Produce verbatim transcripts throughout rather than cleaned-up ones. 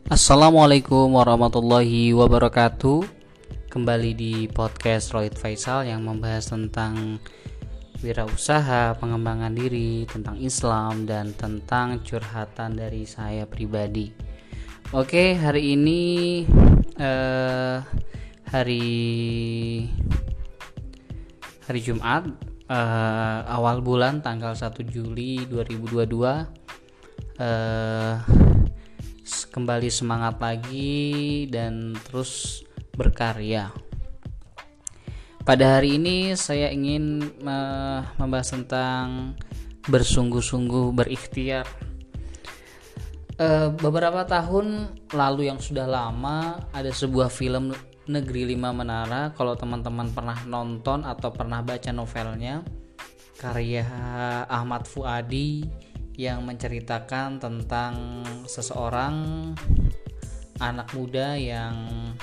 Assalamualaikum warahmatullahi wabarakatuh. Kembali di podcast Rohid Faisal yang membahas tentang wirausaha, pengembangan diri, tentang Islam, dan tentang curhatan dari saya pribadi. Oke, hari ini eh, hari hari Jumat, eh, awal bulan tanggal satu Juli dua ribu dua puluh dua. Eh, kembali semangat lagi dan terus berkarya. Pada hari ini saya ingin uh, membahas tentang bersungguh-sungguh berikhtiar. Uh, beberapa tahun lalu yang sudah lama ada sebuah film Negeri Lima Menara. Kalau teman-teman pernah nonton atau pernah baca novelnya, karya Ahmad Fuadi yang menceritakan tentang seseorang anak muda yang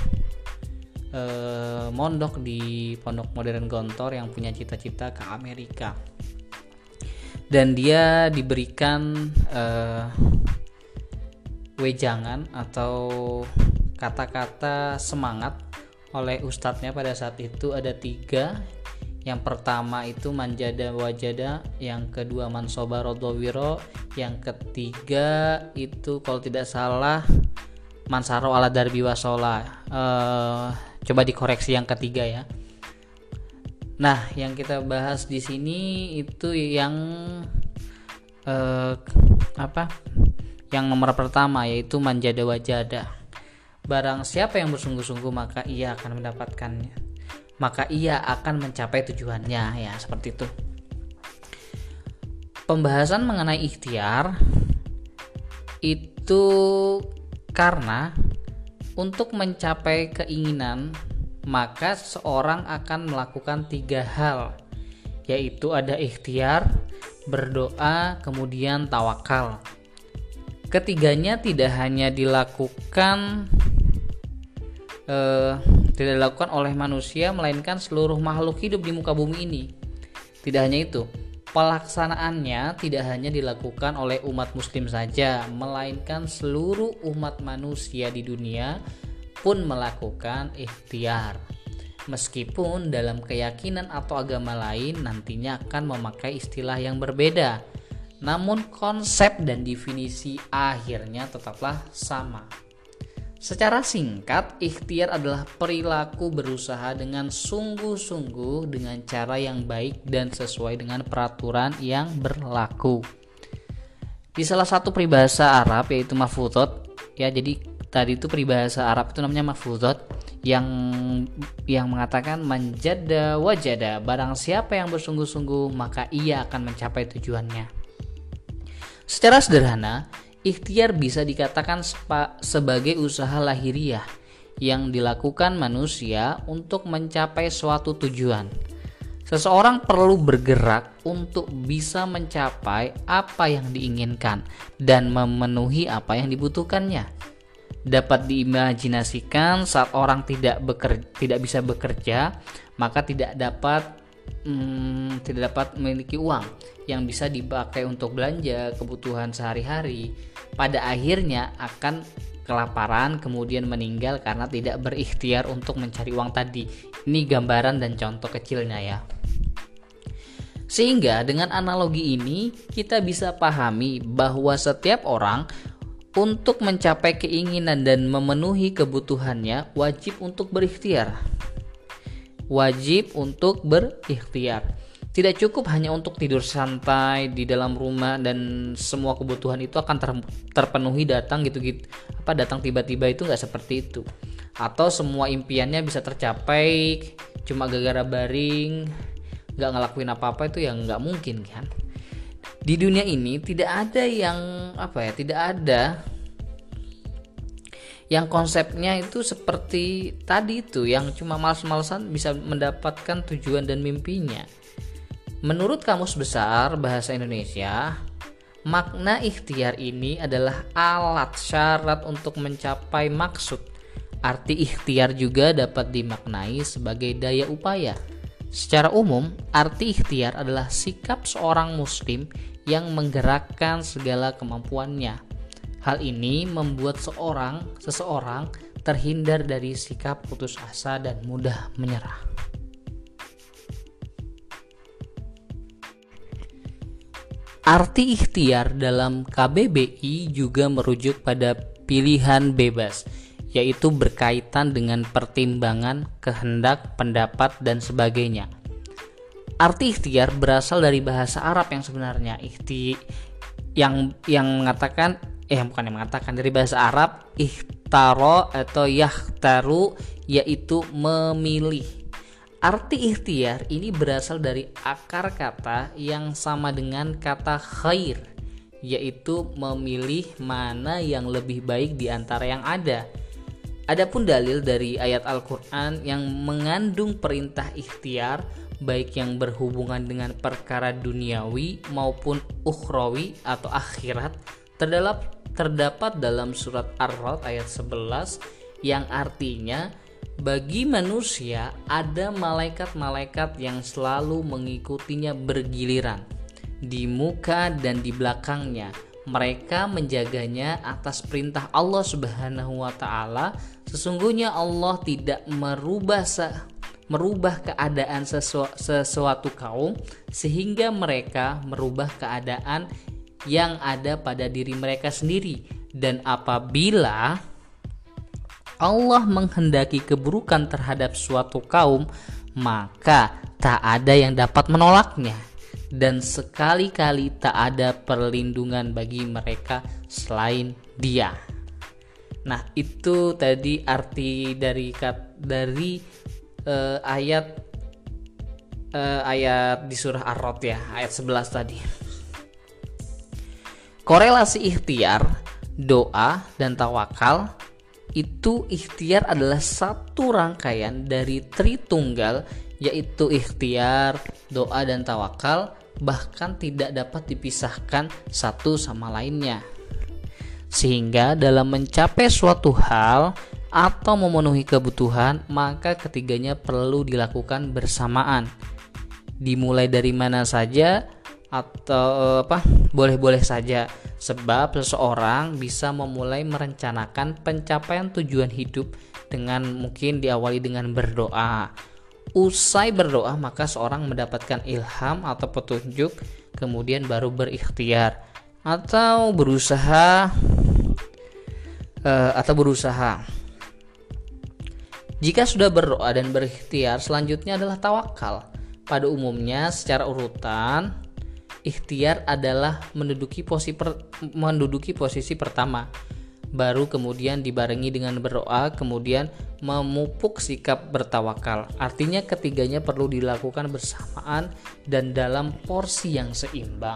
eh, mondok di Pondok Modern Gontor yang punya cita-cita ke Amerika, dan dia diberikan eh, wejangan atau kata-kata semangat oleh ustadznya. Pada saat itu ada tiga. Yang pertama itu manjada wajada, yang kedua mansoba rodowiro, yang ketiga itu kalau tidak salah mansaro ala darbi wasola. Uh, coba dikoreksi yang ketiga ya. Nah, yang kita bahas di sini itu yang uh, apa? Yang nomor pertama yaitu manjada wajada. Barang siapa yang bersungguh-sungguh maka ia akan mendapatkannya. Maka ia akan mencapai tujuannya, ya seperti itu. Pembahasan mengenai ikhtiar itu karena untuk mencapai keinginan maka seorang akan melakukan tiga hal, yaitu ada ikhtiar, berdoa, kemudian tawakal. Ketiganya tidak hanya dilakukan eh, tidak dilakukan oleh manusia, melainkan seluruh makhluk hidup di muka bumi ini. Tidak hanya itu, pelaksanaannya tidak hanya dilakukan oleh umat muslim saja, melainkan seluruh umat manusia di dunia pun melakukan ikhtiar. Meskipun dalam keyakinan atau agama lain nantinya akan memakai istilah yang berbeda, namun konsep dan definisi akhirnya tetaplah sama. Secara singkat, ikhtiar adalah perilaku berusaha dengan sungguh-sungguh dengan cara yang baik dan sesuai dengan peraturan yang berlaku. Di salah satu peribahasa Arab yaitu mafudhot, ya jadi tadi itu peribahasa Arab itu namanya mafudhot yang yang mengatakan manjada wajada, barang siapa yang bersungguh-sungguh maka ia akan mencapai tujuannya. Secara sederhana, ikhtiar bisa dikatakan sepa, sebagai usaha lahiriah yang dilakukan manusia untuk mencapai suatu tujuan. Seseorang perlu bergerak untuk bisa mencapai apa yang diinginkan dan memenuhi apa yang dibutuhkannya. Dapat diimajinasikan saat orang tidak bekerja, tidak bisa bekerja, maka tidak dapat hmm, tidak dapat memiliki uang yang bisa dipakai untuk belanja kebutuhan sehari-hari. Pada akhirnya akan kelaparan kemudian meninggal karena tidak berikhtiar untuk mencari uang tadi. Ini gambaran dan contoh kecilnya ya. Sehingga dengan analogi ini kita bisa pahami bahwa setiap orang untuk mencapai keinginan dan memenuhi kebutuhannya wajib untuk berikhtiar. Wajib untuk berikhtiar. Tidak cukup hanya untuk tidur santai di dalam rumah dan semua kebutuhan itu akan ter- terpenuhi datang gitu-gitu. Apa datang tiba-tiba itu nggak seperti itu. Atau semua impiannya bisa tercapai cuma gara-gara baring, nggak ngelakuin apa-apa, itu yang nggak mungkin kan. Di dunia ini tidak ada yang apa ya, tidak ada yang konsepnya itu seperti tadi itu, yang cuma malas-malasan bisa mendapatkan tujuan dan mimpinya. Menurut Kamus Besar Bahasa Indonesia, makna ikhtiar ini adalah alat syarat untuk mencapai maksud. Arti ikhtiar juga dapat dimaknai sebagai daya upaya. Secara umum, arti ikhtiar adalah sikap seorang muslim yang menggerakkan segala kemampuannya, Hal ini membuat seorang seseorang terhindar dari sikap putus asa dan mudah menyerah. Arti ikhtiar dalam K B B I juga merujuk pada pilihan bebas, yaitu berkaitan dengan pertimbangan, kehendak, pendapat, dan sebagainya. Arti ikhtiar berasal dari bahasa Arab yang sebenarnya ikhti yang yang mengatakan eh bukan yang mengatakan dari bahasa Arab ikhtaro atau yakhtaru, yaitu memilih. Arti ikhtiar ini berasal dari akar kata yang sama dengan kata khair, yaitu memilih mana yang lebih baik di antara yang ada. Adapun dalil dari ayat Al-Quran yang mengandung perintah ikhtiar, baik yang berhubungan dengan perkara duniawi maupun ukhrawi atau akhirat, terdapat, terdapat dalam surat Ar-Ra'd ayat sebelas, yang artinya bagi manusia ada malaikat-malaikat yang selalu mengikutinya bergiliran di muka dan di belakangnya. Mereka menjaganya atas perintah Allah Subhanahu wa taala. Sesungguhnya Allah tidak merubah merubah keadaan sesu, sesuatu kaum sehingga mereka merubah keadaan yang ada pada diri mereka sendiri. Dan apabila Allah menghendaki keburukan terhadap suatu kaum, maka tak ada yang dapat menolaknya, dan sekali-kali tak ada perlindungan bagi mereka selain Dia. Nah, itu tadi arti dari dari uh, ayat uh, ayat di surah Ar-Ra'd ya, ayat sebelas tadi. Korelasi ikhtiar, doa, dan tawakal. Itu ikhtiar adalah satu rangkaian dari Tritunggal, yaitu ikhtiar, doa, dan tawakal, bahkan tidak dapat dipisahkan satu sama lainnya. Sehingga dalam mencapai suatu hal atau memenuhi kebutuhan, maka ketiganya perlu dilakukan bersamaan. Dimulai dari mana saja atau apa boleh-boleh saja, sebab seseorang bisa memulai merencanakan pencapaian tujuan hidup dengan mungkin diawali dengan berdoa. Usai berdoa, maka seorang mendapatkan ilham atau petunjuk, kemudian baru berikhtiar atau berusaha uh, atau berusaha. Jika sudah berdoa dan berikhtiar, selanjutnya adalah tawakal. Pada umumnya secara urutan, ikhtiar adalah menduduki posisi per, menduduki posisi pertama, baru kemudian dibarengi dengan berdoa, kemudian memupuk sikap bertawakal. Artinya ketiganya perlu dilakukan bersamaan dan dalam porsi yang seimbang.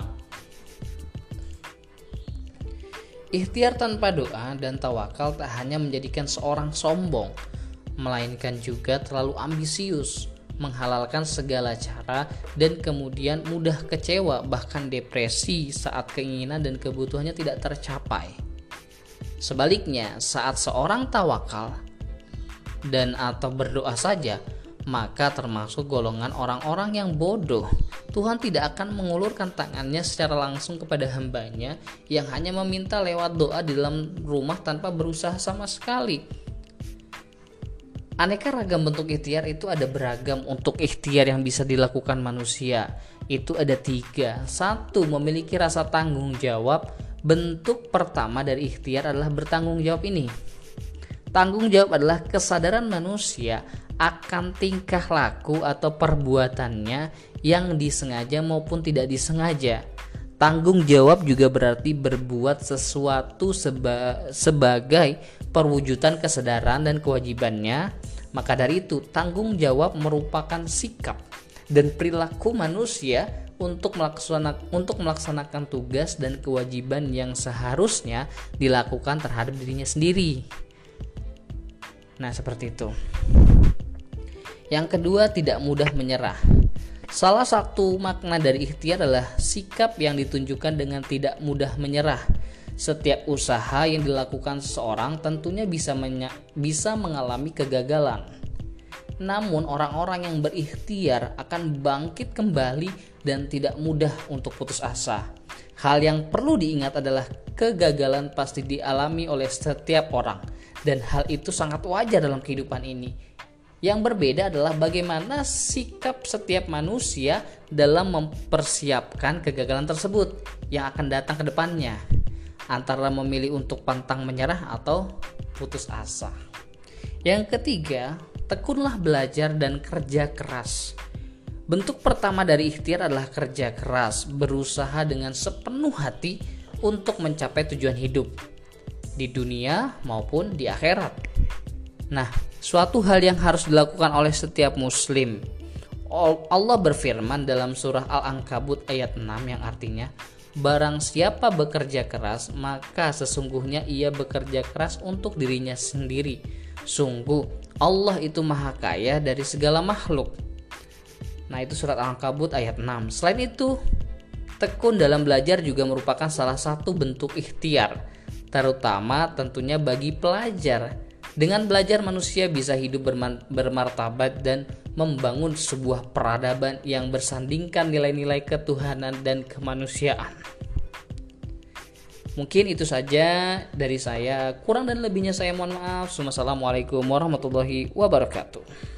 Ikhtiar tanpa doa dan tawakal tak hanya menjadikan seorang sombong, melainkan juga terlalu ambisius, menghalalkan segala cara, dan kemudian mudah kecewa bahkan depresi saat keinginan dan kebutuhannya tidak tercapai. Sebaliknya, saat seorang tawakal dan atau berdoa saja, maka termasuk golongan orang-orang yang bodoh. Tuhan tidak akan mengulurkan tangannya secara langsung kepada hambanya yang hanya meminta lewat doa di dalam rumah tanpa berusaha sama sekali. Aneka ragam bentuk ikhtiar itu ada beragam. Untuk ikhtiar yang bisa dilakukan manusia itu ada tiga. Satu, memiliki rasa tanggung jawab. Bentuk pertama dari ikhtiar adalah bertanggung jawab ini. Tanggung jawab adalah kesadaran manusia akan tingkah laku atau perbuatannya yang disengaja maupun tidak disengaja. Tanggung jawab juga berarti berbuat sesuatu seba- sebagai perwujudan kesadaran dan kewajibannya. Maka dari itu, tanggung jawab merupakan sikap dan perilaku manusia untuk melaksanakan, untuk melaksanakan tugas dan kewajiban yang seharusnya dilakukan terhadap dirinya sendiri. Nah, seperti itu. Yang kedua, tidak mudah menyerah. Salah satu makna dari ikhtiar adalah sikap yang ditunjukkan dengan tidak mudah menyerah. Setiap usaha yang dilakukan seseorang tentunya bisa menya- bisa mengalami kegagalan. Namun orang-orang yang berikhtiar akan bangkit kembali dan tidak mudah untuk putus asa. Hal yang perlu diingat adalah kegagalan pasti dialami oleh setiap orang, dan hal itu sangat wajar dalam kehidupan ini. Yang berbeda adalah bagaimana sikap setiap manusia dalam mempersiapkan kegagalan tersebut yang akan datang ke depannya, antara memilih untuk pantang menyerah atau putus asa. Yang ketiga, tekunlah belajar dan kerja keras. Bentuk pertama dari ikhtiar adalah kerja keras, berusaha dengan sepenuh hati untuk mencapai tujuan hidup di dunia maupun di akhirat. Nah, suatu hal yang harus dilakukan oleh setiap muslim. Allah berfirman dalam surah Al-Ankabut ayat enam yang artinya, barang siapa bekerja keras, maka sesungguhnya ia bekerja keras untuk dirinya sendiri. Sungguh, Allah itu maha kaya dari segala makhluk. Nah, itu surat Al-Ankabut ayat enam. Selain itu, tekun dalam belajar juga merupakan salah satu bentuk ikhtiar, terutama tentunya bagi pelajar. Dengan belajar manusia bisa hidup bermartabat dan membangun sebuah peradaban yang bersandingkan nilai-nilai ketuhanan dan kemanusiaan. Mungkin itu saja dari saya. Kurang dan lebihnya saya mohon maaf. Wassalamualaikum warahmatullahi wabarakatuh.